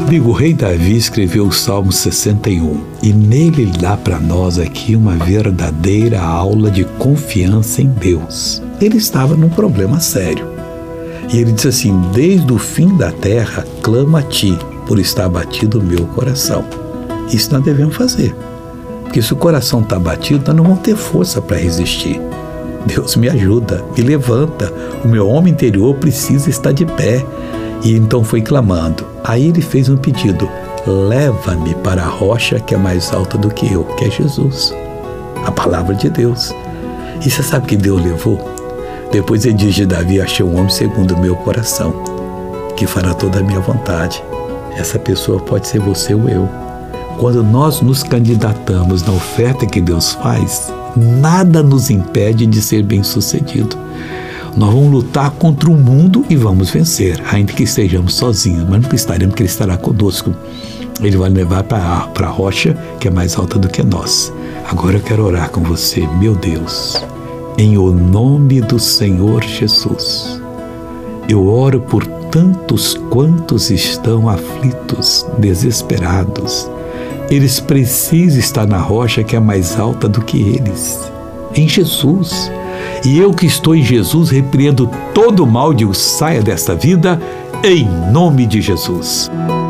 Amigo, o rei Davi escreveu o Salmo 61 e nele dá para nós aqui uma verdadeira aula de confiança em Deus. Ele estava num problema sério e ele diz assim: desde o fim da terra clamo a ti, por estar batido o meu coração. Isso nós devemos fazer, porque se o coração está batido, nós não vamos ter força para resistir. Deus me ajuda, me levanta, o meu homem interior precisa estar de pé. E então foi clamando. Aí ele fez um pedido: leva-me para a rocha que é mais alta do que eu, que é Jesus, a palavra de Deus. E você sabe que Deus levou? Depois ele diz de Davi: achei um homem segundo o meu coração, que fará toda a minha vontade. Essa pessoa pode ser você ou eu. Quando nós nos candidatamos na oferta que Deus faz, nada nos impede de ser bem-sucedido. Nós vamos lutar contra o mundo e vamos vencer, ainda que estejamos sozinhos, mas não estaremos, porque Ele estará conosco. Ele vai levar para a rocha que é mais alta do que nós. Agora eu quero orar com você. Meu Deus, em o nome do Senhor Jesus, eu oro por tantos quantos estão aflitos, desesperados. Eles precisam estar na rocha que é mais alta do que eles, em Jesus. E eu que estou em Jesus repreendo todo o mal, digo: saia desta vida, em nome de Jesus.